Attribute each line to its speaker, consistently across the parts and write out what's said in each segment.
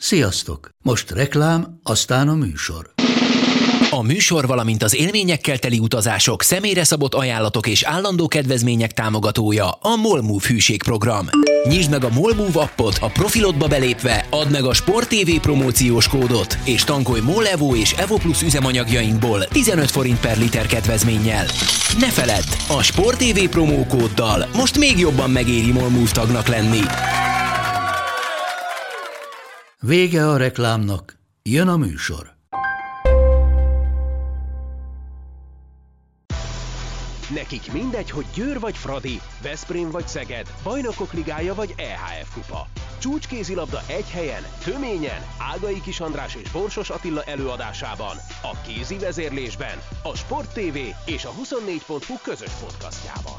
Speaker 1: Sziasztok! Most reklám, aztán a műsor.
Speaker 2: A műsor, valamint az élményekkel teli utazások, személyre szabott ajánlatok és állandó kedvezmények támogatója a MOL Move hűségprogram. Nyisd meg a MOL Move appot, a profilodba belépve add meg a Sport TV promóciós kódot, és tankolj MOL Evo és Evo Plus üzemanyagjainkból 15 forint per liter kedvezménnyel. Ne feledd, a Sport TV promókóddal most még jobban megéri MOL Move tagnak lenni.
Speaker 1: Vége a reklámnak, jön a műsor.
Speaker 3: Nekik mindegy, hogy Győr vagy Fradi, Veszprém vagy Szeged, Bajnokok Ligája vagy EHF Kupa. Csúcskézilabda egy helyen, töményen, Ágai Kis András és Borsos Attila előadásában, a kézi vezérlésben, a Sport TV és a 24.hu közös podcastjában.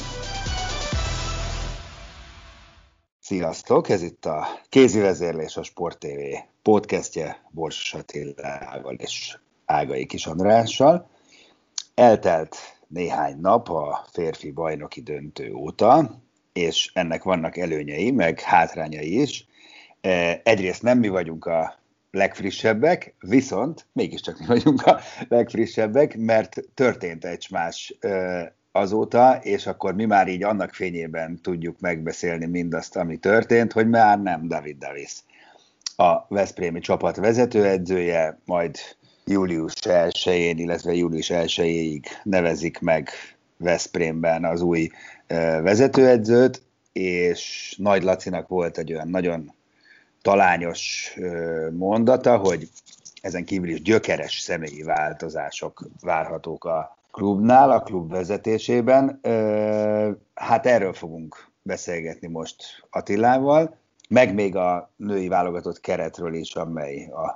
Speaker 4: Sziasztok! Ez itt a Kézi Vezérlés, a Sport TV podcastje Borsos Attilával és Ágai Kis Andrással. Eltelt néhány nap a férfi bajnoki döntő óta, és ennek vannak előnyei, meg hátrányai is. Egyrészt nem mi vagyunk a legfrissebbek, viszont mégiscsak mi vagyunk a legfrissebbek, mert történt egy más azóta, és akkor mi már így annak fényében tudjuk megbeszélni mindazt, ami történt, hogy már nem David Davis a veszprémi csapat vezetőedzője, majd július 1-én, illetve július 1-ig nevezik meg Veszprémben az új vezetőedzőt, és Nagy Lacinak volt egy olyan nagyon talányos mondata, hogy ezen kívül is gyökeres személyi változások várhatók a klubnál, a klub vezetésében. Hát erről fogunk beszélgetni most Attilával, meg még a női válogatott keretről is, amely a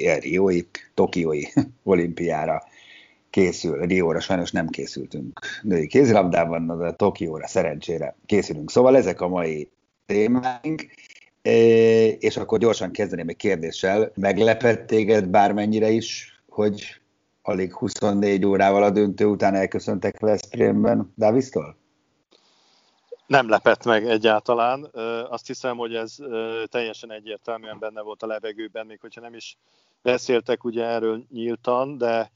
Speaker 4: tokiói olimpiára készül. Rióra sajnos nem készültünk női kézilabdában, de Tokióra szerencsére készülünk. Szóval ezek a mai témáink, és akkor gyorsan kezdeném egy kérdéssel. Meglepett téged bármennyire is, hogy alig 24 órával a döntő után elköszöntek Veszprémben Davis-tól?
Speaker 5: Nem lepett meg egyáltalán. Azt hiszem, hogy ez teljesen egyértelműen benne volt a levegőben, még hogyha nem is beszéltek ugye erről nyíltan, de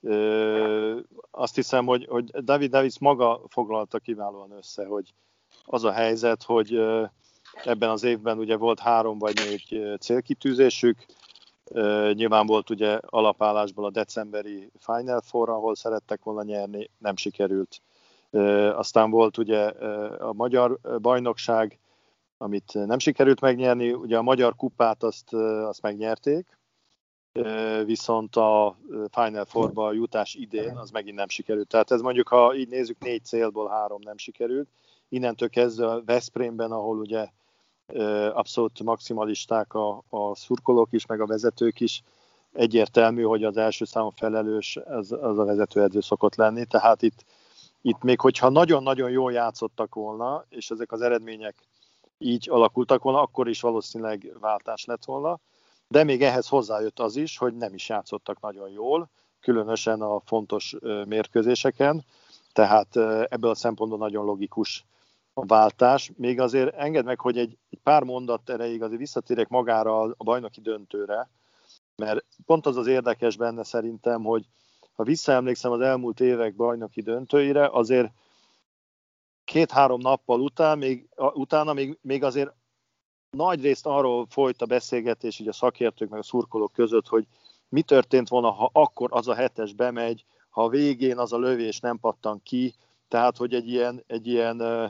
Speaker 5: azt hiszem, hogy David Davis maga foglalta kiválóan össze, hogy az a helyzet, hogy ebben az évben ugye volt 3 vagy 4 célkitűzésük. Nyilván volt ugye alapállásból a decemberi Final Four, ahol szerettek volna nyerni, nem sikerült. Aztán volt ugye a magyar bajnokság, amit nem sikerült megnyerni, ugye a magyar kupát azt megnyerték, viszont a Final Fourba jutás idén az megint nem sikerült. Tehát ez mondjuk, ha így nézzük, 4 célból 3 nem sikerült. Innentől kezdve a Veszprémben, ahol ugye abszolút maximalisták a szurkolók is, meg a vezetők is, egyértelmű, hogy az első számú felelős az a vezetőedző szokott lenni. Tehát itt még hogyha nagyon-nagyon jól játszottak volna, és ezek az eredmények így alakultak volna, akkor is valószínűleg váltás lett volna. De még ehhez hozzájött az is, hogy nem is játszottak nagyon jól, különösen a fontos mérkőzéseken. Tehát ebből a szempontból nagyon logikus a váltás. Még azért engedd meg, hogy egy pár mondat erejéig azért visszatérek magára a bajnoki döntőre, mert pont az érdekes benne szerintem, hogy ha visszaemlékszem az elmúlt évek bajnoki döntőire, azért 2-3 nappal utána még azért nagy részt arról folyt a beszélgetés így a szakértők meg a szurkolók között, hogy mi történt volna, ha akkor az a 7-es bemegy, ha a végén az a lövés nem pattan ki, tehát hogy egy ilyen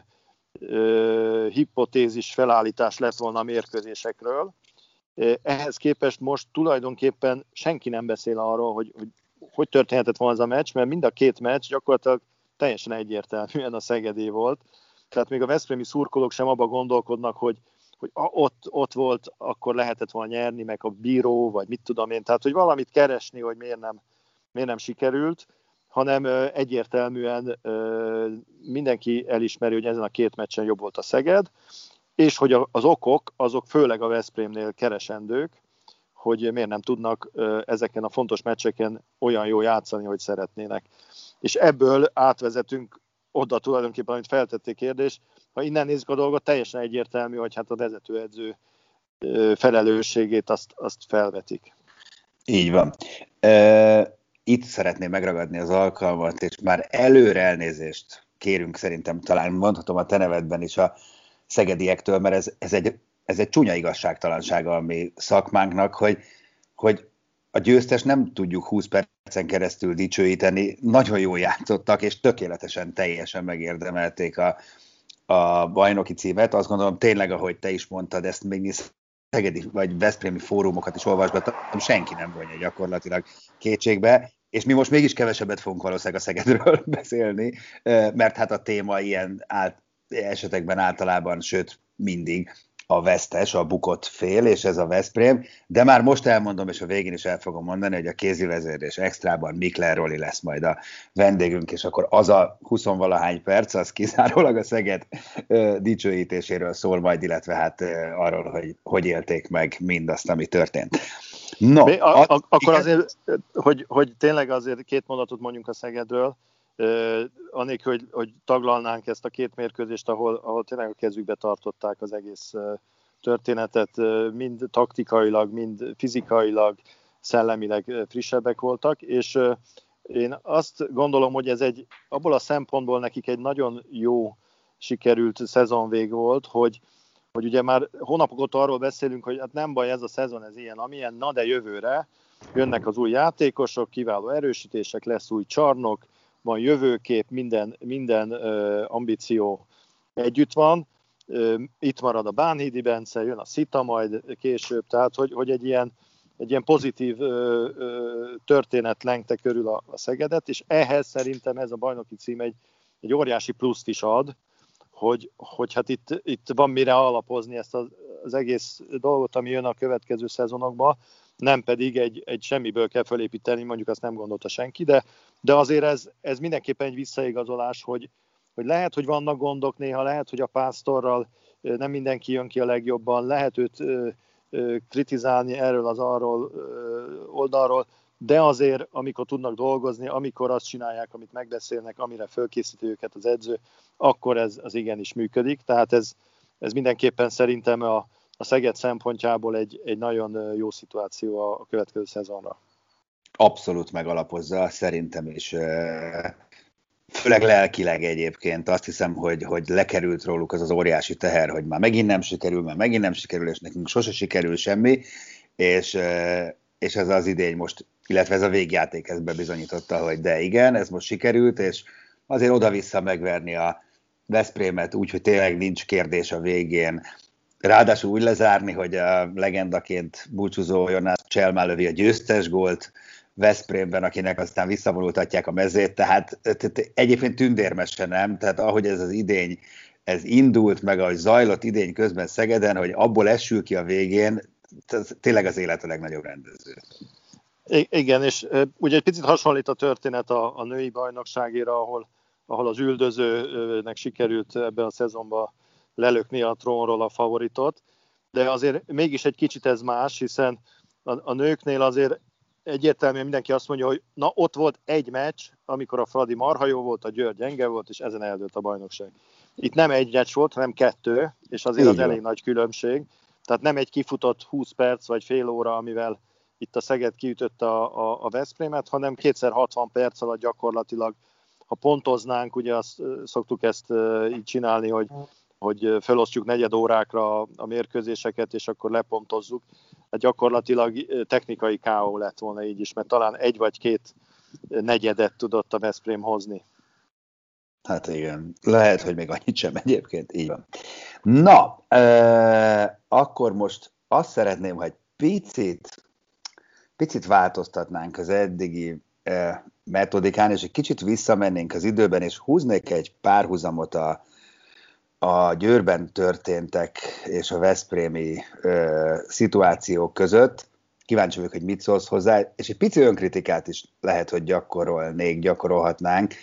Speaker 5: hipotézis felállítás lett volna a mérkőzésekről. Ehhez képest most tulajdonképpen senki nem beszél arról, hogy történhetett volna ez a meccs, mert mind a 2 meccs gyakorlatilag teljesen egyértelműen a Szegedé volt. Tehát még a veszprémi szurkolók sem abban gondolkodnak, hogy ott volt, akkor lehetett volna nyerni, meg a bíró, vagy mit tudom én. Tehát, hogy valamit keresni, hogy miért nem sikerült, hanem egyértelműen mindenki elismeri, hogy ezen a 2 meccsen jobb volt a Szeged, és hogy az okok, azok főleg a Veszprémnél keresendők, hogy miért nem tudnak ezeken a fontos meccseken olyan jól játszani, hogy szeretnének. És ebből átvezetünk oda tulajdonképpen, amit feltették kérdést, ha innen nézzük a dolgot, teljesen egyértelmű, hogy hát a vezetőedző felelősségét azt felvetik.
Speaker 4: Így van. Itt szeretném megragadni az alkalmat, és már előre elnézést kérünk, szerintem talán mondhatom a te nevedben is a szegediektől, mert ez egy csúnya igazságtalansága a mi szakmánknak, hogy a győztes nem tudjuk 20 percen keresztül dicsőíteni, nagyon jól játszottak, és tökéletesen, teljesen megérdemelték a bajnoki címet. Azt gondolom tényleg, ahogy te is mondtad, ezt még szegedi vagy veszprémi fórumokat is olvasgattam, senki nem vonja gyakorlatilag kétségbe, és mi most mégis kevesebbet fogunk valószínűleg a Szegedről beszélni, mert hát a téma ilyen esetekben általában, sőt mindig a vesztes, a bukott fél, és ez a Veszprém, de már most elmondom, és a végén is el fogom mondani, hogy a kézivezérlés extrában Mikler Roli lesz majd a vendégünk, és akkor az a 20-valahány perc, az kizárólag a Szeged dicsőítéséről szól majd, illetve hát arról, hogy élték meg mindazt, ami történt.
Speaker 5: No, akkor azért, hogy tényleg azért két mondatot mondjunk a Szegedről, annélkül, hogy taglalnánk ezt a két mérkőzést, ahol tényleg a kezükbe tartották az egész történetet, mind taktikailag, mind fizikailag, szellemileg frissebbek voltak, és én azt gondolom, hogy ez abból a szempontból nekik egy nagyon jó sikerült szezonvég volt, hogy ugye már hónapok óta arról beszélünk, hogy hát nem baj, ez a szezon, ez ilyen, amilyen, na de jövőre jönnek az új játékosok, kiváló erősítések, lesz új csarnok, van jövőkép, minden ambíció együtt van. Itt marad a Bánhidi Bence, jön a Szita majd később, tehát hogy egy ilyen pozitív történet lengte körül a Szegedet, és ehhez szerintem ez a bajnoki cím egy óriási pluszt is ad, hogy hát itt van mire alapozni ezt az egész dolgot, ami jön a következő szezonokban, nem pedig egy semmiből kell felépíteni, mondjuk azt nem gondolta senki, de azért ez mindenképpen egy visszaigazolás, hogy lehet, hogy vannak gondok néha, lehet, hogy a Pásztorral nem mindenki jön ki a legjobban, lehet őt kritizálni erről az arról oldalról, de azért, amikor tudnak dolgozni, amikor azt csinálják, amit megbeszélnek, amire fölkészíti őket az edző, akkor ez az igenis működik. Tehát ez mindenképpen szerintem a Szeged szempontjából egy nagyon jó szituáció a következő szezonra.
Speaker 4: Abszolút megalapozza, szerintem is. Főleg lelkileg egyébként. Azt hiszem, hogy lekerült róluk az óriási teher, hogy már megint nem sikerül, és nekünk sose sikerül semmi, és ez az idény most, illetve ez a végjáték ezt bebizonyította, hogy de igen, ez most sikerült, és azért oda-vissza megverni a Veszprémet úgy, hogy tényleg nincs kérdés a végén. Ráadásul úgy lezárni, hogy a legendaként búcsúzó Jonas Cselmán lövi a győztes gólt Veszprémben, akinek aztán visszavonultatják a mezét, tehát egyébként tündérmese nem, tehát ahogy ez az idény, ez indult, meg ahogy zajlott idény közben Szegeden, hogy abból esül ki a végén, tényleg az élet a legnagyobb rendező.
Speaker 5: Igen, és ugye egy picit hasonlít a történet a női bajnokságéra, ahol az üldözőnek sikerült ebben a szezonban lelökni a trónról a favoritot, de azért mégis egy kicsit ez más, hiszen a nőknél azért egyértelműen mindenki azt mondja, hogy na ott volt egy meccs, amikor a Fradi marha jó volt, a Győr gyenge volt, és ezen eldőlt a bajnokság. Itt nem egy meccs volt, hanem 2, és azért az elég nagy különbség. Tehát nem egy kifutott 20 perc vagy fél óra, amivel itt a Szeged kiütötte a Veszprémet, hanem 2x60 perc alatt gyakorlatilag, ha pontoznánk, ugye azt szoktuk ezt így csinálni, hogy felosztjuk negyed órákra a mérkőzéseket, és akkor lepontozzuk. Hát gyakorlatilag technikai K.O. lett volna így is, mert talán 1 vagy 2 negyedet tudott a Veszprém hozni.
Speaker 4: Hát igen, lehet, hogy még annyit sem egyébként, így van. Na, akkor most azt szeretném, hogy picit változtatnánk az eddigi metodikán, és egy kicsit visszamennénk az időben, és húznék egy párhuzamot a Győrben történtek és a veszprémi szituációk között. Kíváncsi vagyok, hogy mit szólsz hozzá, és egy pici önkritikát is lehet, hogy gyakorolhatnánk,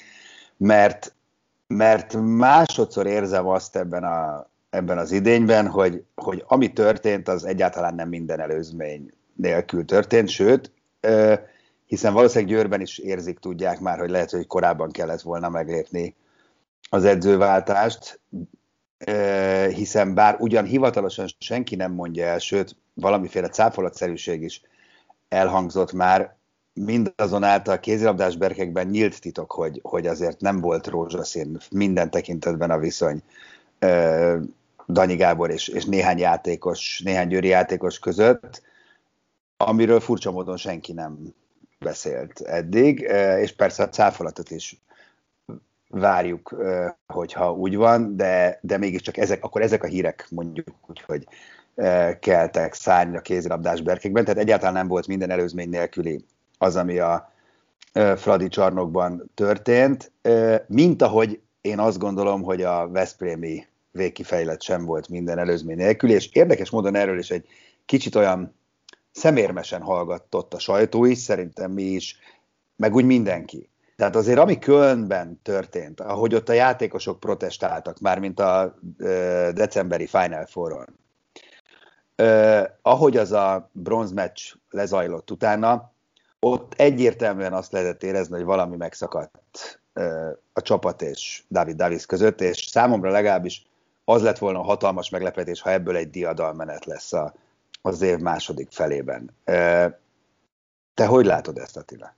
Speaker 4: mert másodszor érzem azt ebben az idényben, hogy ami történt, az egyáltalán nem minden előzmény nélkül történt, sőt, hiszen valószínűleg Győrben is tudják már, hogy lehet, hogy korábban kellett volna meglépni az edzőváltást. hiszen bár ugyan hivatalosan senki nem mondja el, sőt, valamiféle cáfolatszerűség is elhangzott már, mindazonáltal kézilabdás berkekben nyílt titok, hogy azért nem volt rózsaszín minden tekintetben a viszony Danyi Gábor és néhány győri játékos között, amiről furcsa módon senki nem beszélt eddig, és persze a cáfolatot is várjuk, hogyha úgy van, de mégiscsak ezek a hírek mondjuk úgy, hogy keltek szárnyra kézilabdás berkekben, tehát egyáltalán nem volt minden előzmény nélküli az, ami a Fradi csarnokban történt, mint ahogy én azt gondolom, hogy a veszprémi végkifejlet sem volt minden előzmény nélküli, és érdekes módon erről is egy kicsit olyan szemérmesen hallgatott a sajtó is, szerintem mi is, meg úgy mindenki. Tehát azért ami Kölnben történt, ahogy ott a játékosok protestáltak, mármint a decemberi Final Four-on, ahogy az a bronzmeccs lezajlott utána, ott egyértelműen azt lehetett érezni, hogy valami megszakadt a csapat és David Davis között, és számomra legalábbis az lett volna a hatalmas meglepetés, ha ebből egy diadalmenet lesz az év második felében. Te hogy látod ezt, Attila?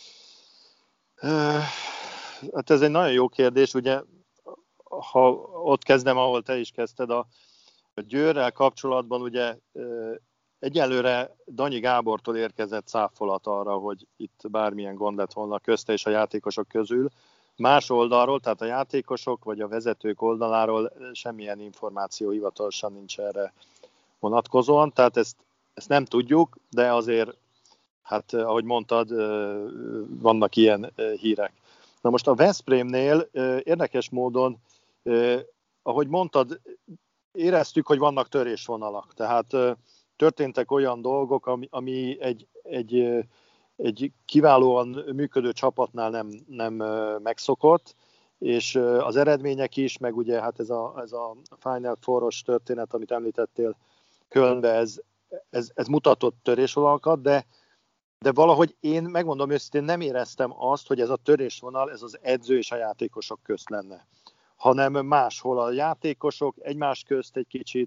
Speaker 5: Hát ez egy nagyon jó kérdés, ugye, ha ott kezdem, ahol te is kezdted, a Győrrel kapcsolatban ugye egyelőre Danyi Gábortól érkezett cáfolat arra, hogy itt bármilyen gond lett volna közte és a játékosok közül. Más oldalról, tehát a játékosok vagy a vezetők oldaláról semmilyen információ hivatalosan nincs erre vonatkozóan, tehát ezt nem tudjuk, de azért, hát ahogy mondtad, vannak ilyen hírek. Na most a Veszprémnél érdekes módon, ahogy mondtad, éreztük, hogy vannak törésvonalak, tehát történtek olyan dolgok, ami egy kiválóan működő csapatnál nem megszokott, és az eredmények is, meg ugye hát ez a Final Four-os történet, amit említettél Kölnbe, ez mutatott törésvonalakat, de valahogy én megmondom őszintén, nem éreztem azt, hogy ez a törésvonal, ez az edző és a játékosok közt lenne, hanem máshol a játékosok egymás közt egy kicsit,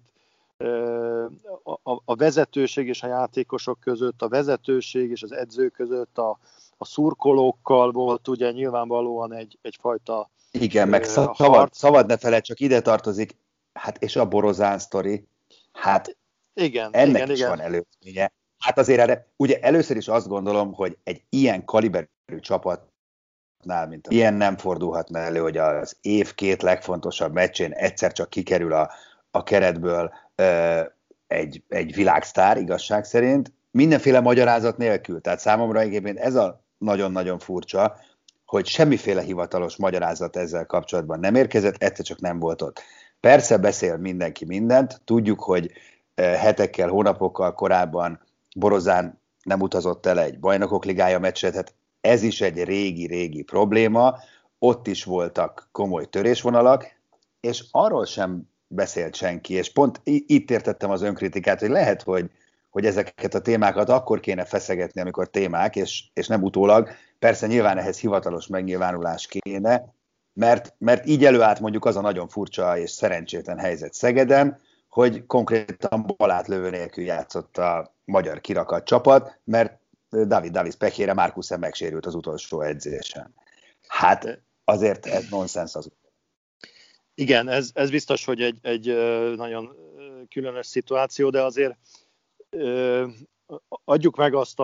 Speaker 5: a vezetőség és a játékosok között, a vezetőség és az edző között, a szurkolókkal volt ugye nyilvánvalóan egyfajta
Speaker 4: igen, meg szabad ne feled, csak ide tartozik, hát és a Borozán sztori, hát
Speaker 5: igen,
Speaker 4: ennek is van előzménye. Hát azért erre, ugye először is azt gondolom, hogy egy ilyen kaliberű csapatnál, mint ilyen nem fordulhatna elő, hogy az év két legfontosabb meccsén egyszer csak kikerül a keretből egy világsztár, igazság szerint, mindenféle magyarázat nélkül. Tehát számomra egyébként ez a nagyon-nagyon furcsa, hogy semmiféle hivatalos magyarázat ezzel kapcsolatban nem érkezett, egyszer csak nem volt ott. Persze beszél mindenki mindent, tudjuk, hogy hetekkel, hónapokkal korábban Borozán nem utazott el egy Bajnokok Ligája meccsre, tehát ez is egy régi probléma, ott is voltak komoly törésvonalak, és arról sem beszélt senki, és pont itt értettem az önkritikát, hogy lehet, hogy ezeket a témákat akkor kéne feszegetni, amikor témák, és nem utólag. Persze nyilván ehhez hivatalos megnyilvánulás kéne, mert így előállt mondjuk az a nagyon furcsa és szerencsétlen helyzet Szegeden, hogy konkrétan balátlövő nélkül játszott a magyar kirakat csapat, mert David Davis pekjére Márkusen megsérült az utolsó edzésen. Hát azért ez nonsens az.
Speaker 5: Igen, ez biztos, hogy egy nagyon különös szituáció, de azért adjuk meg azt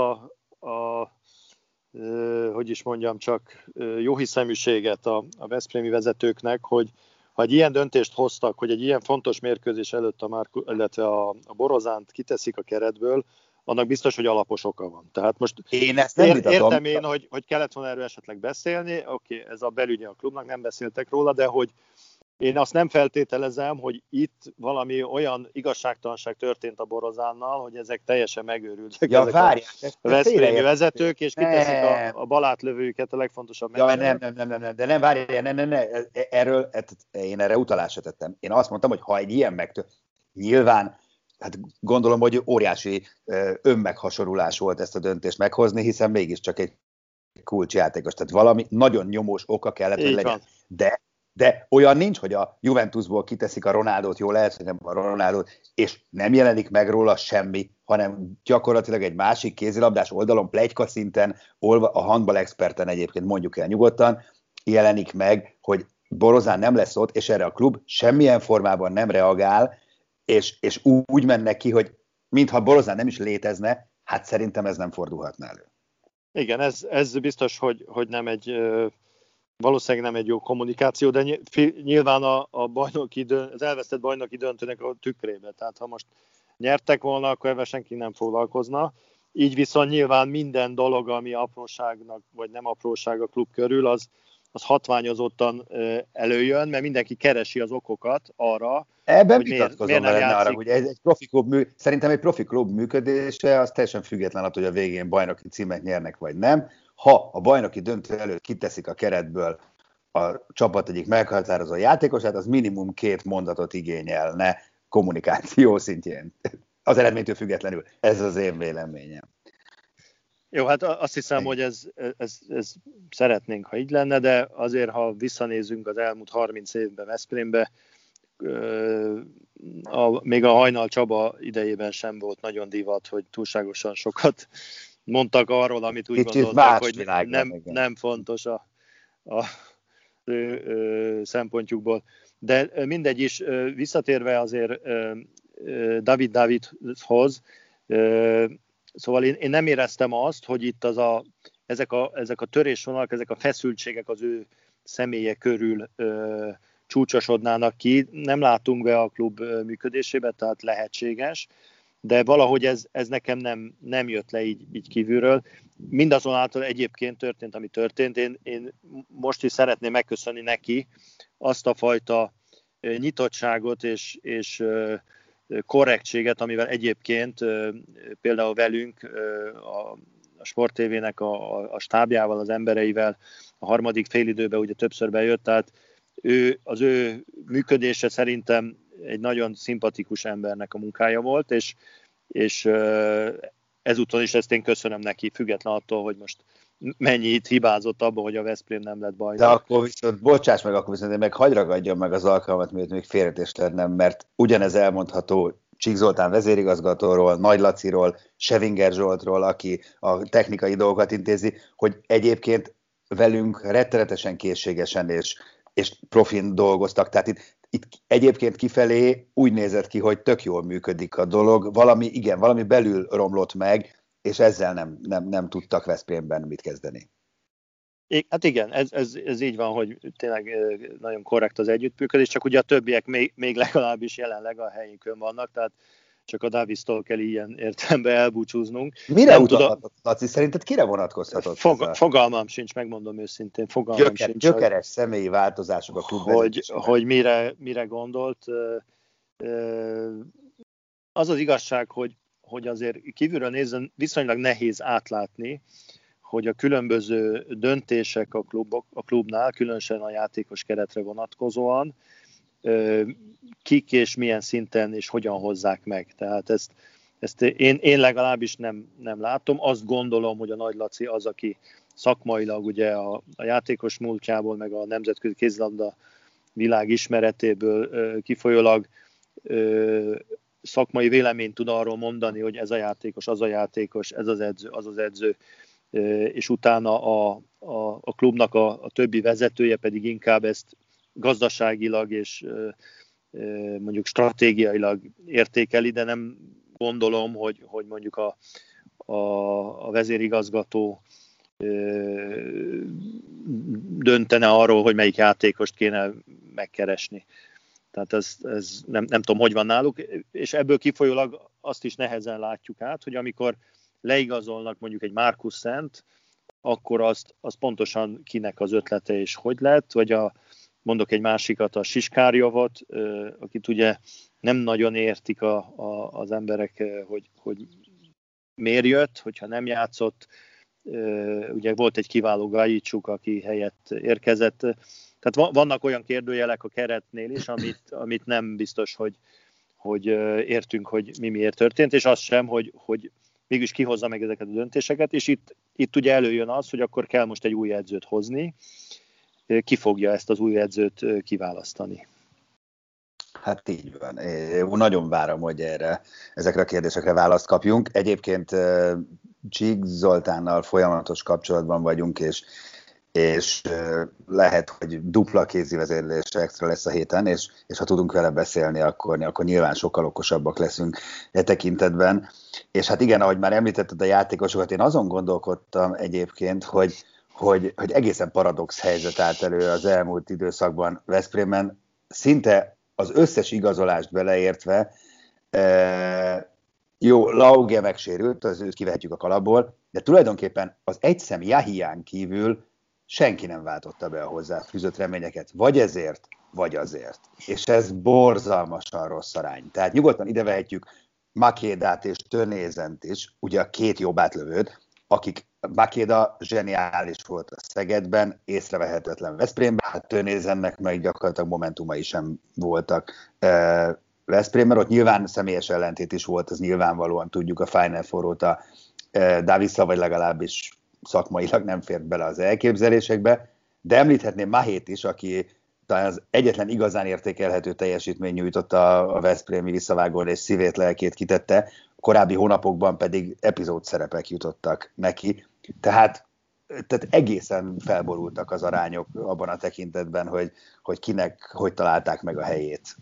Speaker 5: hogy is mondjam, csak jóhiszeműséget a veszprémi vezetőknek, hogy ha egy ilyen döntést hoztak, hogy egy ilyen fontos mérkőzés előtt illetve a Borozánt kiteszik a keretből, annak biztos, hogy alapos oka van. Tehát most
Speaker 4: én ezt nem
Speaker 5: értem én, hogy kellett volna erről esetleg beszélni, oké, ez a belügye a klubnak, nem beszéltek róla, de hogy én azt nem feltételezem, hogy itt valami olyan igazságtalanság történt a Borozánnal, hogy ezek teljesen megőrültek.
Speaker 4: Ja, várják,
Speaker 5: a veszprémi vezetők, és kiteszik a balátlövőjüket a legfontosabb.
Speaker 4: Ja, nem, de nem, várják, nem. Én erre utalásra tettem. Én azt mondtam, hogy ha egy ilyen nyilván, hát gondolom, hogy óriási önmeghasorulás volt ezt a döntést meghozni, hiszen mégiscsak egy kulcsjátékos, tehát valami nagyon nyomós oka kellett, hogy legyen. De De olyan nincs, hogy a Juventusból kiteszik a Ronaldót, jól lehet, hogy nem a Ronaldót, és nem jelenik meg róla semmi, hanem gyakorlatilag egy másik kézilabdás oldalon, pletyka szinten, a handball experten egyébként mondjuk el nyugodtan, jelenik meg, hogy Borozán nem lesz ott, és erre a klub semmilyen formában nem reagál, és úgy mennek ki, hogy mintha Borozán nem is létezne, hát szerintem ez nem fordulhatna elő.
Speaker 5: Igen, ez biztos, hogy nem egy, valószínűleg nem egy jó kommunikáció, de nyilván az elvesztett bajnoki döntőnek a tükrébe. Tehát ha most nyertek volna, akkor ebben senki nem foglalkozna. Így viszont nyilván minden dolog, ami apróságnak, vagy nem apróság a klub körül, az hatványozottan előjön, mert mindenki keresi az okokat arra,
Speaker 4: ebben
Speaker 5: hogy
Speaker 4: vitatkozom veled, ne arra, hogy egy profi klub szerintem egy profi klub működése az teljesen független attól, hogy a végén bajnoki címet nyernek, vagy nem. Ha a bajnoki döntő előtt kiteszik a keretből a csapat egyik meghatározó játékosát, az minimum 2 mondatot igényelne kommunikáció szintjén. Az eredménytől függetlenül. Ez az én véleményem.
Speaker 5: Jó, hát azt hiszem, hogy ez szeretnénk, ha így lenne, de azért, ha visszanézünk az elmúlt 30 évben Veszprémbe, még a Hajnal Csaba idejében sem volt nagyon divat, hogy túlságosan sokat mondtak arról, amit úgy gondoltak, hogy nem fontos a szempontjukból. De mindegy is, visszatérve azért Davidhoz, szóval én nem éreztem azt, hogy itt ezek a törésvonalak, ezek a feszültségek az ő személye körül csúcsosodnának ki. Nem látunk be a klub működésébe, tehát lehetséges, de valahogy ez nekem nem jött le így kívülről. Mindazonáltal egyébként történt, ami történt. Én most is szeretném megköszönni neki azt a fajta nyitottságot és korrektséget, amivel egyébként például velünk, a Sport TV-nek a stábjával, az embereivel a harmadik félidőben ugye többször bejött, tehát az ő működése szerintem egy nagyon szimpatikus embernek a munkája volt, és ezúton is ezt én köszönöm neki, független attól, hogy most mennyit hibázott abban, hogy a Veszprém nem lett bajnok.
Speaker 4: De akkor viszont, bocsáss meg, akkor viszont én meg hadd ragadjam meg az alkalmat, miért még félretést lennem, mert ugyanez elmondható Csík Zoltán vezérigazgatóról, Nagy Laciról, Sevinger Zsoltról, aki a technikai dolgokat intézi, hogy egyébként velünk rettenetesen készségesen és profin dolgoztak. Tehát itt egyébként kifelé úgy nézett ki, hogy tök jól működik a dolog, valami belül romlott meg, és ezzel nem tudtak Veszprémben mit kezdeni.
Speaker 5: Hát igen, ez így van, hogy tényleg nagyon korrekt az együttműködés, csak ugye a többiek még legalábbis jelenleg a helyükön vannak, tehát csak a Davis-tól kell ilyen értelemben elbúcsúznunk.
Speaker 4: Mire utalhatott, Laci? Szerinted kire vonatkozhatott?
Speaker 5: Fogalmam sincs, megmondom őszintén.
Speaker 4: Gyökeres személyi változások a klub
Speaker 5: hogy mire gondolt. Az az igazság, hogy azért kívülről nézzen viszonylag nehéz átlátni, hogy a különböző döntések a klubnál, különösen a játékos keretre vonatkozóan, kik és milyen szinten és hogyan hozzák meg. Tehát ezt én legalábbis nem látom. Azt gondolom, hogy a Nagy Laci az, aki szakmailag ugye a játékos múltjából, meg a nemzetközi kézilabda világ ismeretéből kifolyólag szakmai véleményt tud arról mondani, hogy ez a játékos, az a játékos, ez az edző, az az edző, és utána a klubnak a többi vezetője pedig inkább ezt gazdaságilag és mondjuk stratégiailag értékeli, de nem gondolom, hogy mondjuk a vezérigazgató döntene arról, hogy melyik játékost kéne megkeresni. Tehát ez nem tudom, hogy van náluk, és ebből kifolyólag azt is nehezen látjuk át, hogy amikor leigazolnak mondjuk egy Markus Szent, akkor azt pontosan kinek az ötlete és hogy lett, vagy mondok egy másikat, a Siskárjovot, akit ugye nem nagyon értik az emberek, hogy miért jött, hogyha nem játszott. Ugye volt egy kiváló Gajicsuk, aki helyett érkezett. Tehát vannak olyan kérdőjelek a keretnél is, amit nem biztos, hogy értünk, hogy miért történt, és az sem, hogy mégis kihozza meg ezeket a döntéseket, és itt ugye előjön az, hogy akkor kell most egy új edzőt hozni, ki fogja ezt az új edzőt kiválasztani.
Speaker 4: Hát így van. Én nagyon várom, hogy ezekre a kérdésekre választ kapjunk. Egyébként Csík Zoltánnal folyamatos kapcsolatban vagyunk, és lehet, hogy dupla kézi vezérlés extra lesz a héten, és ha tudunk vele beszélni, akkor nyilván sokkal okosabbak leszünk e tekintetben. És hát igen, ahogy már említetted a játékosokat, én azon gondolkodtam egyébként, hogy egészen paradox helyzet állt elő az elmúlt időszakban Veszprémben, szinte az összes igazolást beleértve. Jó, Lauge megsérült, az őt kivehetjük a kalapból, de tulajdonképpen az egyszem Jahián kívül senki nem váltotta be a hozzá fűzött reményeket, vagy ezért, vagy azért. És ez borzalmasan rossz arány. Tehát nyugodtan ide vehetjük Makédát és Tönézent is, ugye a két jobb átlövőt, akik Makéda zseniális volt a Szegedben, észrevehetetlen Veszprémben, hát Tönézennek meg gyakorlatilag momentumai sem voltak Veszprémben, ott nyilván személyes ellentét is volt, az nyilvánvalóan tudjuk a Final Four-óta Davisa, vagy legalábbis szakmailag nem fért bele az elképzelésekbe, de említhetném Mahét is, aki talán az egyetlen igazán értékelhető teljesítmény nyújtott a veszprémi visszavágón, és szívét, lelkét kitette, korábbi hónapokban pedig epizód szerepek jutottak neki. Tehát egészen felborultak az arányok abban a tekintetben, hogy kinek hogy találták meg a helyét.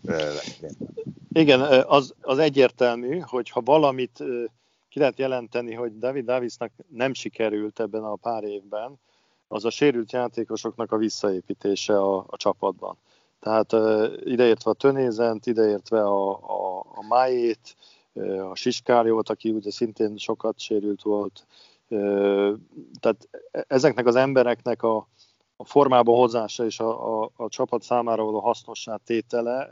Speaker 5: Igen, az egyértelmű, hogy ha valamit ki lehet jelenteni, hogy David Davisnak nem sikerült ebben a pár évben, az a sérült játékosoknak a visszaépítése a csapatban. Tehát ideértve a Tönézent, ideértve a Májét, a Siskáriót, aki ugye szintén sokat sérült volt. Tehát ezeknek az embereknek a formában hozzása és a csapat számára való hasznossá tétele,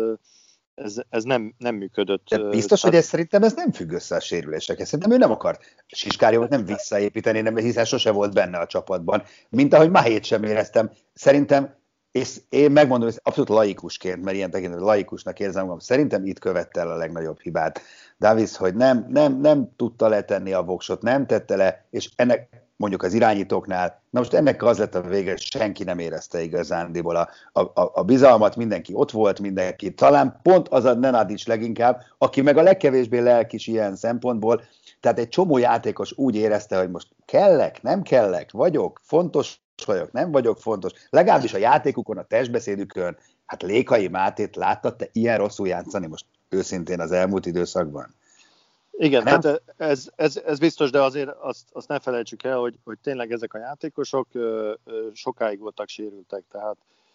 Speaker 5: ez nem működött.
Speaker 4: De biztos, hogy szerintem ez nem függ össze a sérülésekkel. Szerintem ő nem akart Siskáriót nem visszaépíteni, hiszen sose volt benne a csapatban. Mint ahogy Mahét sem éreztem. Szerintem, és én megmondom, hogy abszolút laikusként, mert ilyen tekintetben laikusnak érzem magam, szerintem itt követte el a legnagyobb hibát Davis, hogy nem tudta letenni a voksot, nem tette le, és ennek mondjuk az irányítóknál, na most ennek az lett a vége, senki nem érezte igazándiból a bizalmat, mindenki ott volt, mindenki, talán pont az a Nenadics leginkább, aki meg a legkevésbé lelkis ilyen szempontból, tehát egy csomó játékos úgy érezte, hogy most kellek, nem kellek, vagyok, fontos vagyok, nem vagyok fontos, legalábbis a játékukon, a testbeszédükön, hát Lékai Mátét láttad te ilyen rosszul játszani most őszintén az elmúlt időszakban?
Speaker 5: Igen, tehát ez biztos, de azért azt ne felejtsük el, hogy tényleg ezek a játékosok sokáig voltak sérültek, tehát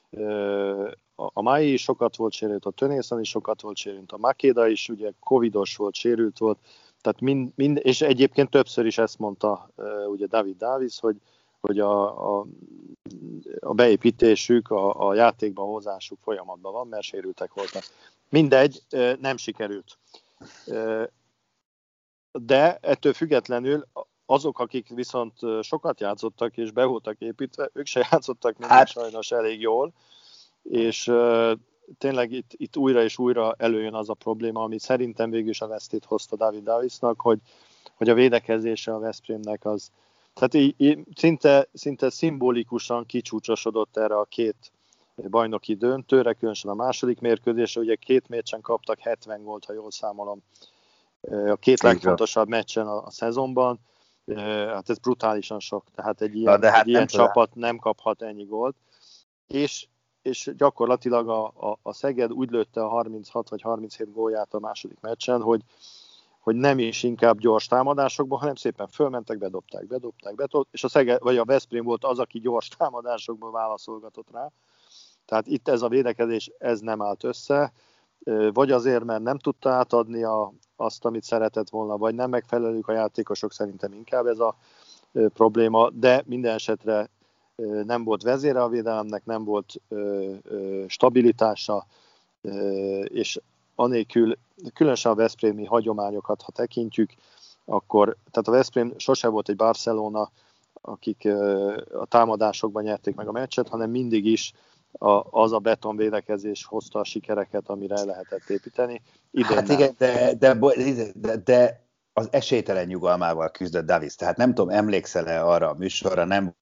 Speaker 5: a Mai is sokat volt sérült, a Tönészen is sokat volt sérült, a Makéda is ugye covidos volt, sérült volt, tehát és egyébként többször is ezt mondta ugye David Davis, hogy a beépítésük, a játékba hozásuk folyamatban van, mert sérültek voltak. Mindegy, nem sikerült. De ettől függetlenül azok, akik viszont sokat játszottak és be voltak építve, ők se játszottak mindig sajnos elég jól, és tényleg itt újra és újra előjön az a probléma, ami szerintem végül is a vesztét hozta David Davisnak, hogy a védekezése a Veszprémnek az, tehát szinte szimbolikusan kicsúcsosodott erre a két bajnoki döntőre, különösen a második mérkőzésre, ugye két meccsen kaptak 70 gólt, ha jól számolom, a két legfontosabb meccsen a szezonban, hát ez brutálisan sok, tehát egy ilyen csapat nem kaphat ennyi gólt, és gyakorlatilag a Szeged úgy lőtte a 36 vagy 37 gólját a második meccsen, hogy nem is inkább gyors támadásokban, hanem szépen fölmentek, bedobták, és a Szeged, vagy a Veszprém volt az, aki gyors támadásokban válaszolgatott rá. Tehát itt ez a védekezés, ez nem állt össze, vagy azért, mert nem tudta átadni azt, amit szeretett volna, vagy nem megfelelők a játékosok, szerintem inkább ez a probléma, de minden esetre nem volt vezére a védelemnek, nem volt stabilitása, és anélkül, különösen a veszprémi hagyományokat, ha tekintjük, akkor, tehát a Veszprém sose volt egy Barcelona, akik a támadásokban nyerték meg a meccset, hanem mindig is az a betonvédekezés hozta a sikereket, amire lehetett építeni. Idén
Speaker 4: hát igen, de az esélytelen nyugalmával küzdött Davis. Tehát nem tudom, emlékszel-e arra a műsorra, nem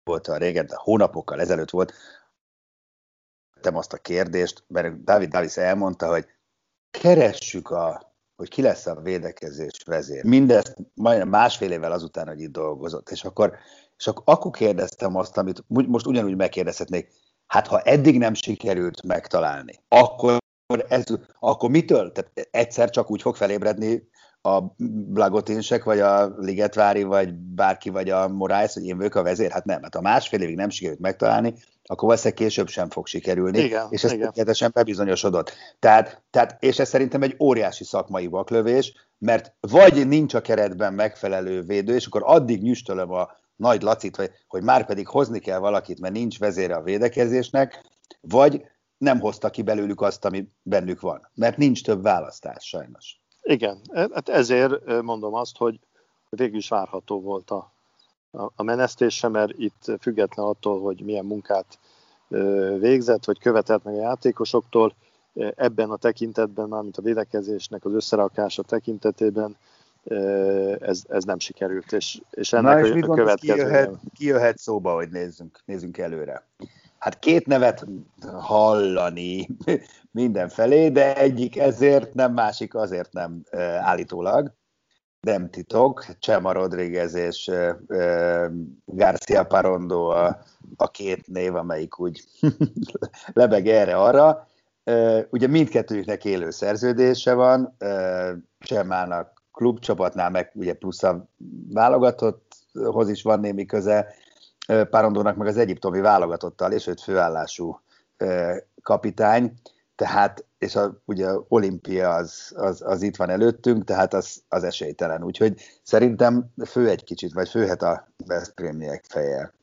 Speaker 4: volt régen, de hónapokkal ezelőtt volt, azt a kérdést, mert David Davis elmondta, hogy keressük hogy ki lesz a védekezés vezér. Mindezt majdnem másfél évvel azután, hogy itt dolgozott. És akkor kérdeztem azt, amit most ugyanúgy megkérdezhetnék, hát ha eddig nem sikerült megtalálni, akkor mitől? Tehát egyszer csak úgy fog felébredni a Blagotinsek, vagy a Ligetvári, vagy bárki, vagy a Moraes, hogy én vagyok a vezér? Hát nem, hát ha másfél évig nem sikerült megtalálni, akkor valószínűleg később sem fog sikerülni, és ez tökéletesen bebizonyosodott. Tehát, és ez szerintem egy óriási szakmai vaklövés, mert vagy nincs a keretben megfelelő védő, és akkor addig nyüstölöm a Nagy Lacit, hogy már pedig hozni kell valakit, mert nincs vezére a védekezésnek, vagy nem hozta ki belőlük azt, ami bennük van, mert nincs több választás, sajnos.
Speaker 5: Igen, hát ezért mondom azt, hogy végül is várható volt a menesztése, mert itt független attól, hogy milyen munkát végzett, vagy követelt meg a játékosoktól, ebben a tekintetben, mármint a védekezésnek az összerakása tekintetében ez nem sikerült, és ennek a következménye.
Speaker 4: Ki jöhet szóba, hogy nézzünk előre? Hát két nevet hallani mindenfelé, de egyik ezért nem, másik azért nem állítólag. Nem titok, Chema Rodriguez és García Parrondo a két név, amelyik úgy lebeg erre-arra. Ugye mindkettőjüknek élő szerződése van, Chemának klubcsapatnál, meg ugye plusz a válogatotthoz is van némi köze, Parrondónak meg az egyiptomi válogatottal, és őt főállású kapitány, tehát, és ugye Olimpia az itt van előttünk, tehát az esélytelen. Úgyhogy szerintem egy kicsit, vagy főhet a Veszprémiek feje.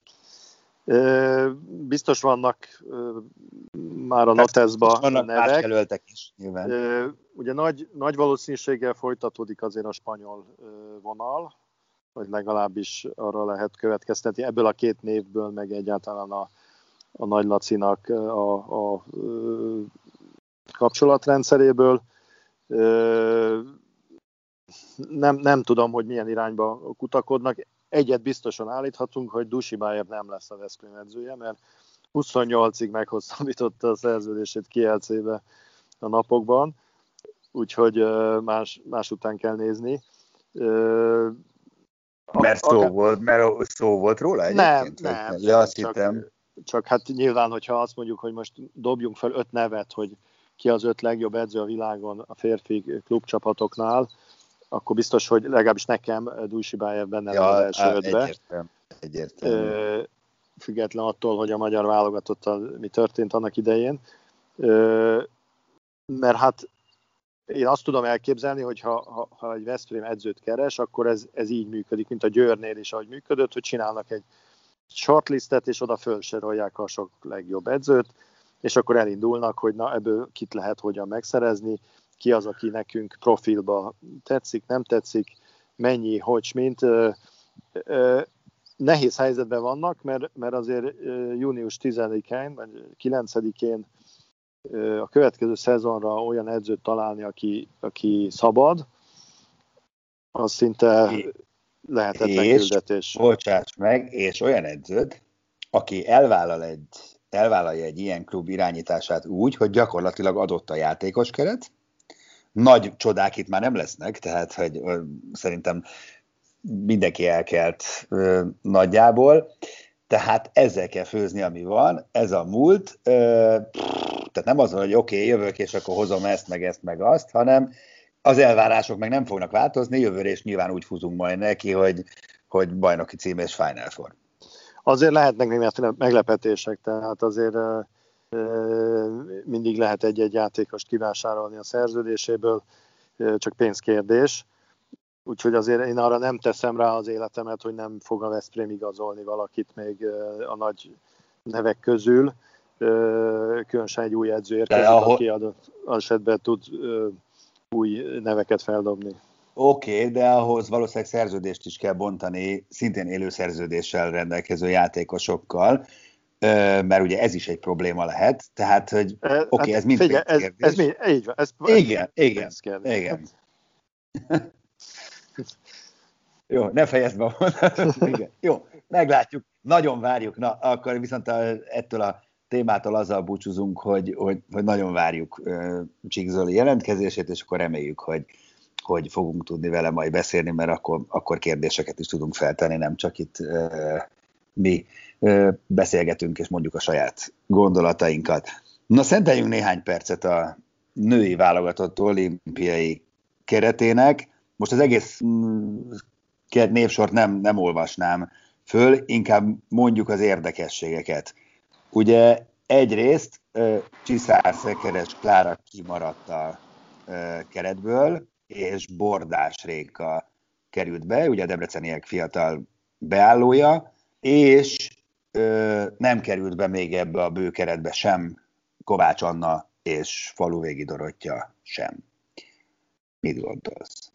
Speaker 5: Biztos vannak már a Noteszba nevek.
Speaker 4: Más jelöltek is, nyilván.
Speaker 5: Ugye nagy valószínűséggel folytatódik azért a spanyol vonal, vagy legalábbis arra lehet következtetni. Ebből a két névből, meg egyáltalán a Nagy Lacinak a kapcsolatrendszeréből. Nem tudom, hogy milyen irányba kutakodnak. Egyet biztosan állíthatunk, hogy Dusibájev nem lesz a Veszprém edzője, mert 28-ig meghosszabbította a szerződését Kielcébe a napokban, úgyhogy más után kell nézni.
Speaker 4: Mert szó volt róla egyébként?
Speaker 5: Nem.
Speaker 4: Ja, azt hittem.
Speaker 5: Csak hát nyilván, hogyha azt mondjuk, hogy most dobjunk fel 5 nevet, hogy ki az 5 legjobb edző a világon a férfi klubcsapatoknál, akkor biztos, hogy legalábbis nekem Dusibájev benne van az első 5-be.
Speaker 4: Egyértelmű.
Speaker 5: Független attól, hogy a magyar válogatottal mi történt annak idején. Mert hát én azt tudom elképzelni, hogy ha egy Veszprém edzőt keres, akkor ez így működik, mint a Győrnél is, ahogy működött, hogy csinálnak egy shortlistet, és oda fölsorolják a sok legjobb edzőt, és akkor elindulnak, hogy na ebből kit lehet hogyan megszerezni, ki az, aki nekünk profilba tetszik, nem tetszik, mennyi, hogy, mint. Nehéz helyzetben vannak, mert azért június 10-én, vagy 9-én a következő szezonra olyan edzőt találni, aki szabad, az szinte lehetetlen küldetés.
Speaker 4: Bocsáss meg, és olyan edződ, aki elvállalja egy ilyen klub irányítását úgy, hogy gyakorlatilag adott a játékos keret, nagy csodák itt már nem lesznek, tehát hogy szerintem mindenki elkelt nagyjából, tehát ezzel kell főzni, ami van, ez a múlt, tehát nem az, hogy oké, jövök, és akkor hozom ezt, meg azt, hanem az elvárások meg nem fognak változni, jövőre és nyilván úgy fúzunk majd neki, hogy bajnoki cím és Final Four.
Speaker 5: Azért lehetnek még meglepetések, tehát azért mindig lehet egy-egy játékost kivásárolni a szerződéséből, csak pénzkérdés. Úgyhogy azért én arra nem teszem rá az életemet, hogy nem fog a Veszprém igazolni valakit még a nagy nevek közül. Különösen egy új edző érkezik, aki adott esetben tud új neveket feldobni.
Speaker 4: Oké, de ahhoz valószínűleg szerződést is kell bontani, szintén élő szerződéssel rendelkező játékosokkal, mert ugye ez is egy probléma lehet, tehát, hogy oké, ez mind pénzkérdés.
Speaker 5: Ez így van.
Speaker 4: Igen. Jó, ne fejezd be a mondatot. Igen. Jó, meglátjuk. nagyon várjuk. Na, akkor viszont ettől a témától azzal búcsúzunk, hogy nagyon várjuk Csík Zoli jelentkezését, és akkor reméljük, hogy fogunk tudni vele majd beszélni, mert akkor kérdéseket is tudunk feltenni, nem csak itt mi beszélgetünk, és mondjuk a saját gondolatainkat. Na, szenteljünk néhány percet a női válogatott olimpiai keretének. Most az egész névsort nem olvasnám föl, inkább mondjuk az érdekességeket. Ugye egyrészt Csiszár-Szekeres Klára kimaradt a keretből, és Bordás Réka került be, ugye a debreceniek fiatal beállója, és nem került be még ebbe a bőkeretbe sem Kovács Anna és Faluvégi Dorottya sem. Mit gondolsz?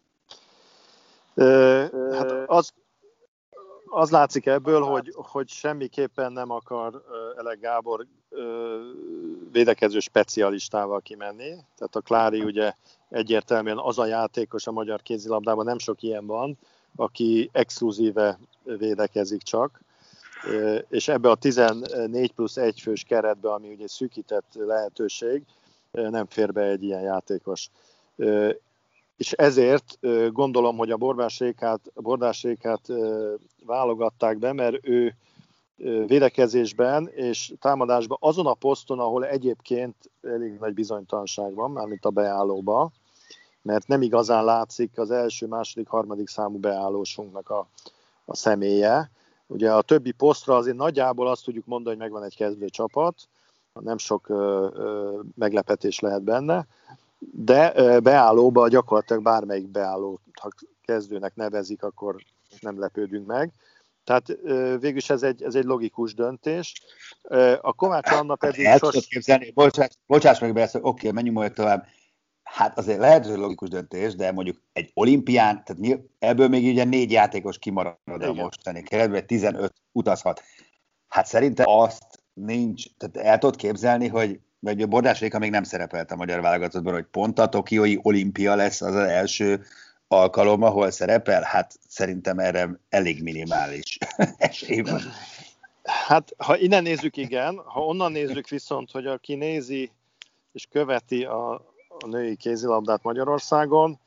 Speaker 5: Hát az látszik ebből, hogy semmiképpen nem akar Elek Gábor védekező specialistával kimenni. Tehát a Klári ugye egyértelműen az a játékos a magyar kézilabdában, nem sok ilyen van, aki exkluzíve védekezik csak, és ebbe a 14 plusz 1 fős keretbe, ami ugye szűkített lehetőség, nem fér be egy ilyen játékos. És ezért gondolom, hogy a Bordás Rékát válogatták be, mert ő védekezésben és támadásban azon a poszton, ahol egyébként elég nagy bizonytalanság van, mármint a beállóban, mert nem igazán látszik az első, második, harmadik számú beállósunknak a személye. Ugye a többi posztra azért nagyjából azt tudjuk mondani, hogy megvan egy kezdő csapat, nem sok meglepetés lehet benne, de beállóba gyakorlatilag bármelyik beállót, ha kezdőnek nevezik, akkor nem lepődünk meg. Tehát végülis ez egy logikus döntés. A Kovács Anna pedig...
Speaker 4: El tudod képzelni, bocsáss meg be, oké, menjünk majd tovább. Hát azért lehet, hogy logikus döntés, de mondjuk egy olimpián, tehát ebből még ugye 4 játékos kimarad a mostani keretben, 15 utazhat. Hát szerintem azt nincs, tehát el tudod képzelni, hogy a Bordás Réka még nem szerepelt a magyar válogatottban, hogy pont a tokiói olimpia lesz az első alkalom, ahol szerepel? Hát szerintem erre elég minimális esély van.
Speaker 5: Hát, ha innen nézzük, igen. Ha onnan nézzük viszont, hogy aki nézi és követi a női kézilabdát Magyarországon,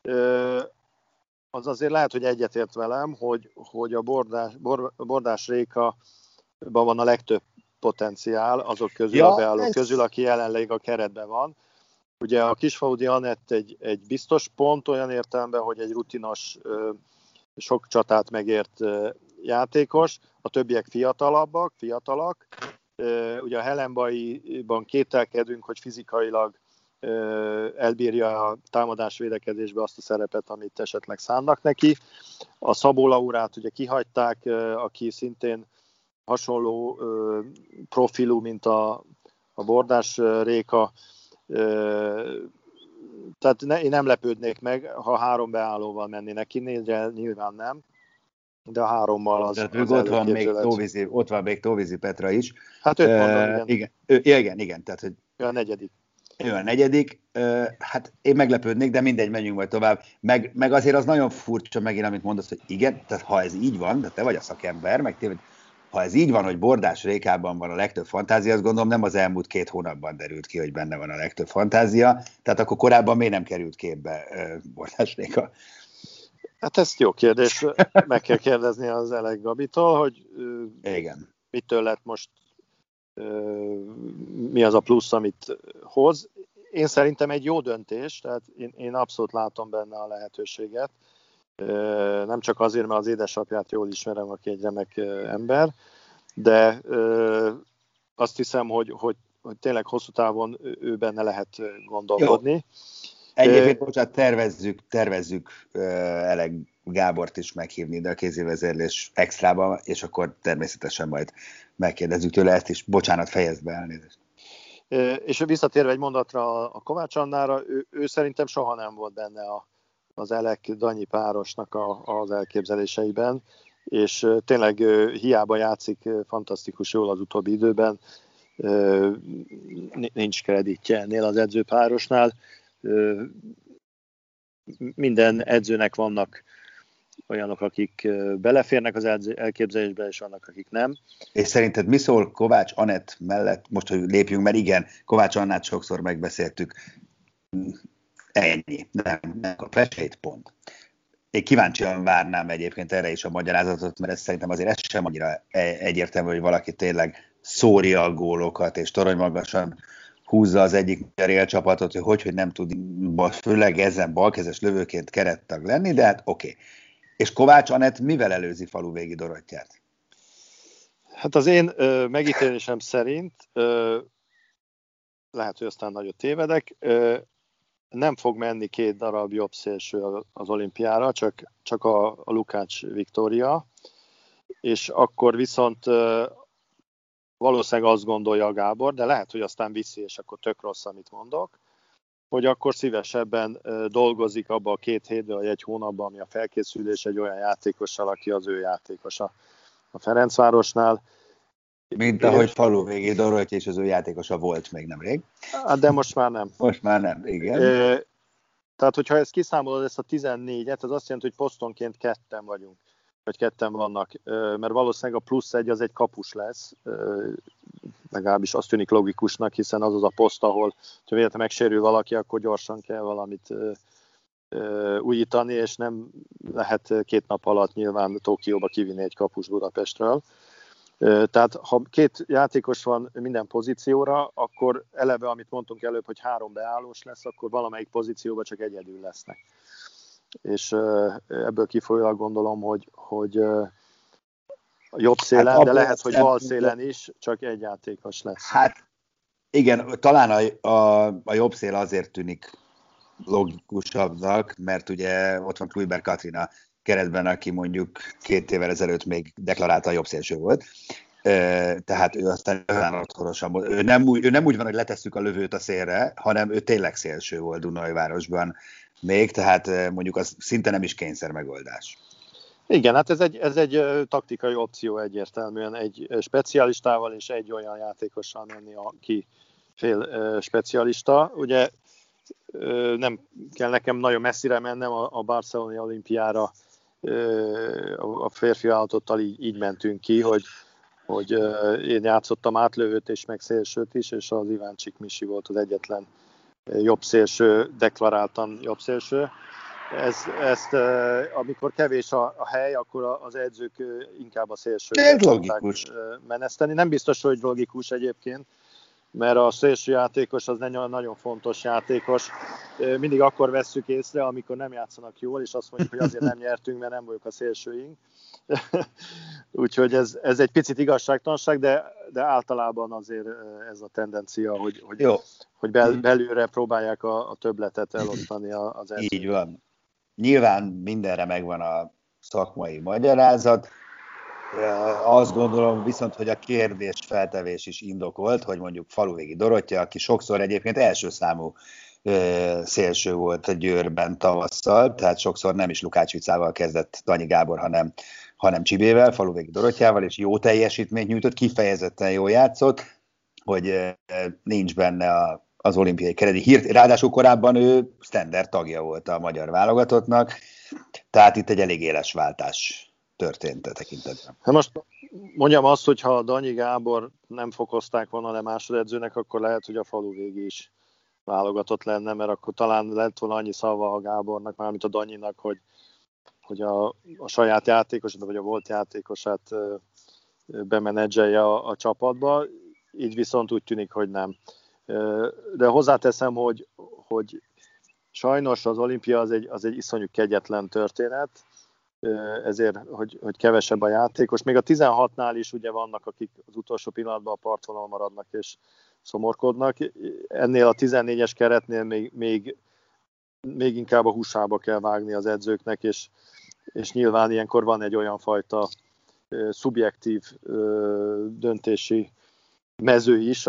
Speaker 5: az azért lehet, hogy egyetért velem, hogy a Bordás Réka van a legtöbb potenciál azok közül, a beállók közül, aki jelenleg a keretben van. Ugye a Kisfaudi Anett egy biztos pont olyan értelemben, hogy egy rutinos, sok csatát megért játékos, a többiek fiatalak. Ugye a Helenbaiban kételkedünk, hogy fizikailag elbírja a támadás védekezésbe azt a szerepet, amit esetleg szánnak neki. A Szabó Laurát ugye kihagyták, aki szintén hasonló profilú, mint a Bordás Réka. Tehát én nem lepődnék meg, ha 3 beállóval mennének ki, 4-re nyilván nem, de a 3-mal az
Speaker 4: ott van még Tóvízi Petra is.
Speaker 5: Hát őt mondom,
Speaker 4: igen. Igen, tehát hogy
Speaker 5: ő a negyedik.
Speaker 4: Ő a negyedik, hát én meglepődnék, de mindegy, menjünk majd tovább. Meg azért az nagyon furcsa megint, amit mondasz, hogy igen, tehát ha ez így van, de te vagy a szakember, meg téved, ha ez így van, hogy Bordás Rékában van a legtöbb fantázia, azt gondolom nem az elmúlt 2 hónapban derült ki, hogy benne van a legtöbb fantázia, tehát akkor korábban miért nem került képbe Bordás Réka?
Speaker 5: Hát ez jó kérdés, meg kell kérdezni az Elek Gabitól, hogy
Speaker 4: igen.
Speaker 5: Mitől lett most, mi az a plusz, amit hoz. Én szerintem egy jó döntés, tehát én abszolút látom benne a lehetőséget. Nem csak azért, mert az édesapját jól ismerem, aki egy remek ember, de azt hiszem, hogy tényleg hosszú távon ő benne lehet gondolkodni. Jó.
Speaker 4: Egyébként, bocsánat, tervezzük Elek Gábort is meghívni ide a kézivezérlés extrában, és akkor természetesen majd megkérdezzük tőle ezt is. Bocsánat, fejezd be, elnézést.
Speaker 5: És visszatérve egy mondatra a Kovács Annára, ő szerintem soha nem volt benne az Elek-Danyi párosnak az elképzeléseiben, és tényleg hiába játszik fantasztikus jól az utóbbi időben, nincs kreditje ennél az edzőpárosnál. Minden edzőnek vannak olyanok, akik beleférnek az elképzelésbe, és vannak, akik nem.
Speaker 4: És szerinted mi szól Kovács Anett mellett, most, hogy lépjünk, mert igen, Kovács Annát sokszor megbeszéltük, ennyi, nem a esélyt, pont. Én kíváncsian várnám egyébként erre is a magyarázatot, mert ez szerintem azért ez sem annyira egyértelmű, hogy valaki tényleg szórja a gólokat, és toronymagasan húzza az egyik csapatot, hogy nem tud főleg ezen balkezes lövőként kerettag lenni, de hát oké. És Kovács Anett mivel előzi Faluvégi Dorottyát?
Speaker 5: Hát az én megítélésem szerint, lehet, hogy aztán nagyot tévedek, nem fog menni 2 darab jobb szélső az olimpiára, csak a Lukács Viktória, és akkor viszont valószínűleg azt gondolja a Gábor, de lehet, hogy aztán viszi, és akkor tök rossz, amit mondok, hogy akkor szívesebben dolgozik abba a 2 hétben, vagy 1 hónapban, ami a felkészülés egy olyan játékossal, aki az ő játékosa a Ferencvárosnál.
Speaker 4: Mint ahogy Faluvégi Dorotty és az ő játékosa volt még nemrég.
Speaker 5: De most már nem.
Speaker 4: Most már nem, igen.
Speaker 5: Tehát, hogyha ezt kiszámolod, ezt a 14-et, az azt jelenti, hogy posztonként 2-en vagyunk, vagy 2-en vannak, mert valószínűleg a +1 az egy kapus lesz, legalábbis azt tűnik logikusnak, hiszen az a poszt, ahol ha véletlenül megsérül valaki, akkor gyorsan kell valamit újítani, és nem lehet 2 nap alatt nyilván Tokióba kivinni egy kapus Budapestről. Tehát ha 2 játékos van minden pozícióra, akkor eleve, amit mondtunk előbb, hogy 3 beállós lesz, akkor valamelyik pozícióban csak egyedül lesznek. És ebből kifolyólag gondolom, hogy jobb szélen, hát de lehet, hogy bal szélen is csak egy játékos lesz.
Speaker 4: Hát igen, talán a jobb szél azért tűnik logikusabbnak, mert ugye ott van Kluivert Katrina keretben, aki mondjuk 2 évvel ezelőtt még deklarálta a jobb szélső volt. Tehát ő aztán otthonosan, ő nem úgy van, hogy letesszük a lövőt a szélre, hanem ő tényleg szélső volt Dunajvárosban még, tehát mondjuk az szinte nem is kényszer megoldás.
Speaker 5: Igen, hát ez egy taktikai opció egyértelműen, egy specialistával és egy olyan játékossal menni, aki fél specialista. Ugye nem kell nekem nagyon messzire mennem, a barcelonai olimpiára a férfi vállalatottal így mentünk ki, hogy én játszottam átlövőt és meg szélsőt is, és az Iváncsik Misi volt az egyetlen jobb szélső, deklaráltan jobb szélső. Ezt amikor kevés a hely, akkor az edzők inkább a szélsőt szokták meneszteni. Nem biztos, hogy logikus egyébként, mert a szélső játékos az nagyon fontos játékos. Mindig akkor vesszük észre, amikor nem játszanak jól, és azt mondjuk, hogy azért nem nyertünk, mert nem vagyok a szélsőink. Úgyhogy ez egy picit igazságtalanság, de általában azért ez a tendencia, hogy belülre próbálják a többletet elosztani az edzők.
Speaker 4: Így van. Nyilván mindenre megvan a szakmai magyarázat. Azt gondolom viszont, hogy a kérdés feltevés is indokolt, hogy mondjuk Faluvégi Dorotty, aki sokszor egyébként első számú szélső volt a Győrben tavasszal, tehát sokszor nem is Lukács Vicával kezdett Danyi Gábor, hanem Csibével, Faluvégi Dorottyával, és jó teljesítményt nyújtott, kifejezetten jól játszott, hogy nincs benne az olimpiai kereti hír. Ráadásul korábban ő standard tagja volt a magyar válogatottnak, tehát itt egy elég éles váltás történt a tekintetben.
Speaker 5: Hát most mondjam azt, hogy ha Danyi Gábor nem fokozták volna le másodedzőnek, akkor lehet, hogy a Faluvégi is válogatott lenne, mert akkor talán lett volna annyi szava a Gábornak, mármint a Danyinak, hogy a saját játékosát, vagy a volt játékosát bemenedzselje a csapatba, így viszont úgy tűnik, hogy nem. De hozzáteszem, hogy sajnos az olimpia az egy iszonyú kegyetlen történet, ezért, hogy kevesebb a játékos. Még a 16-nál is ugye vannak, akik az utolsó pillanatban a partvonal maradnak és szomorkodnak. Ennél a 14-es keretnél még inkább a húsába kell vágni az edzőknek, és nyilván ilyenkor van egy olyan fajta szubjektív döntési mező is,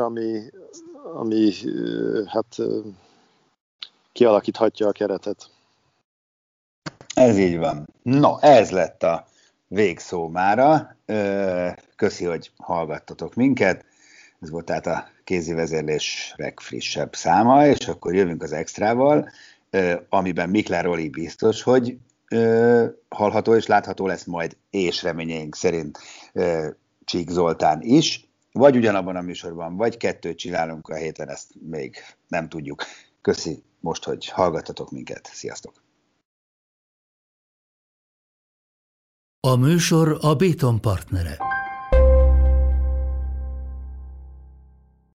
Speaker 5: ami hát kialakíthatja a keretet.
Speaker 4: Ez így van. No, ez lett a végszó mára. Köszi, hogy hallgattatok minket. Ez volt tehát a kézi vezérlés legfrissebb száma, és akkor jövünk az extrával, amiben Mikler Roli biztos, hogy hallható és látható lesz majd, és reményeink szerint Csík Zoltán is, vagy ugyanabban a műsorban, vagy kettőt csinálunk a héten, ezt még nem tudjuk. Köszi most, hogy hallgattatok minket. Sziasztok!
Speaker 1: A műsor a Béton partnere.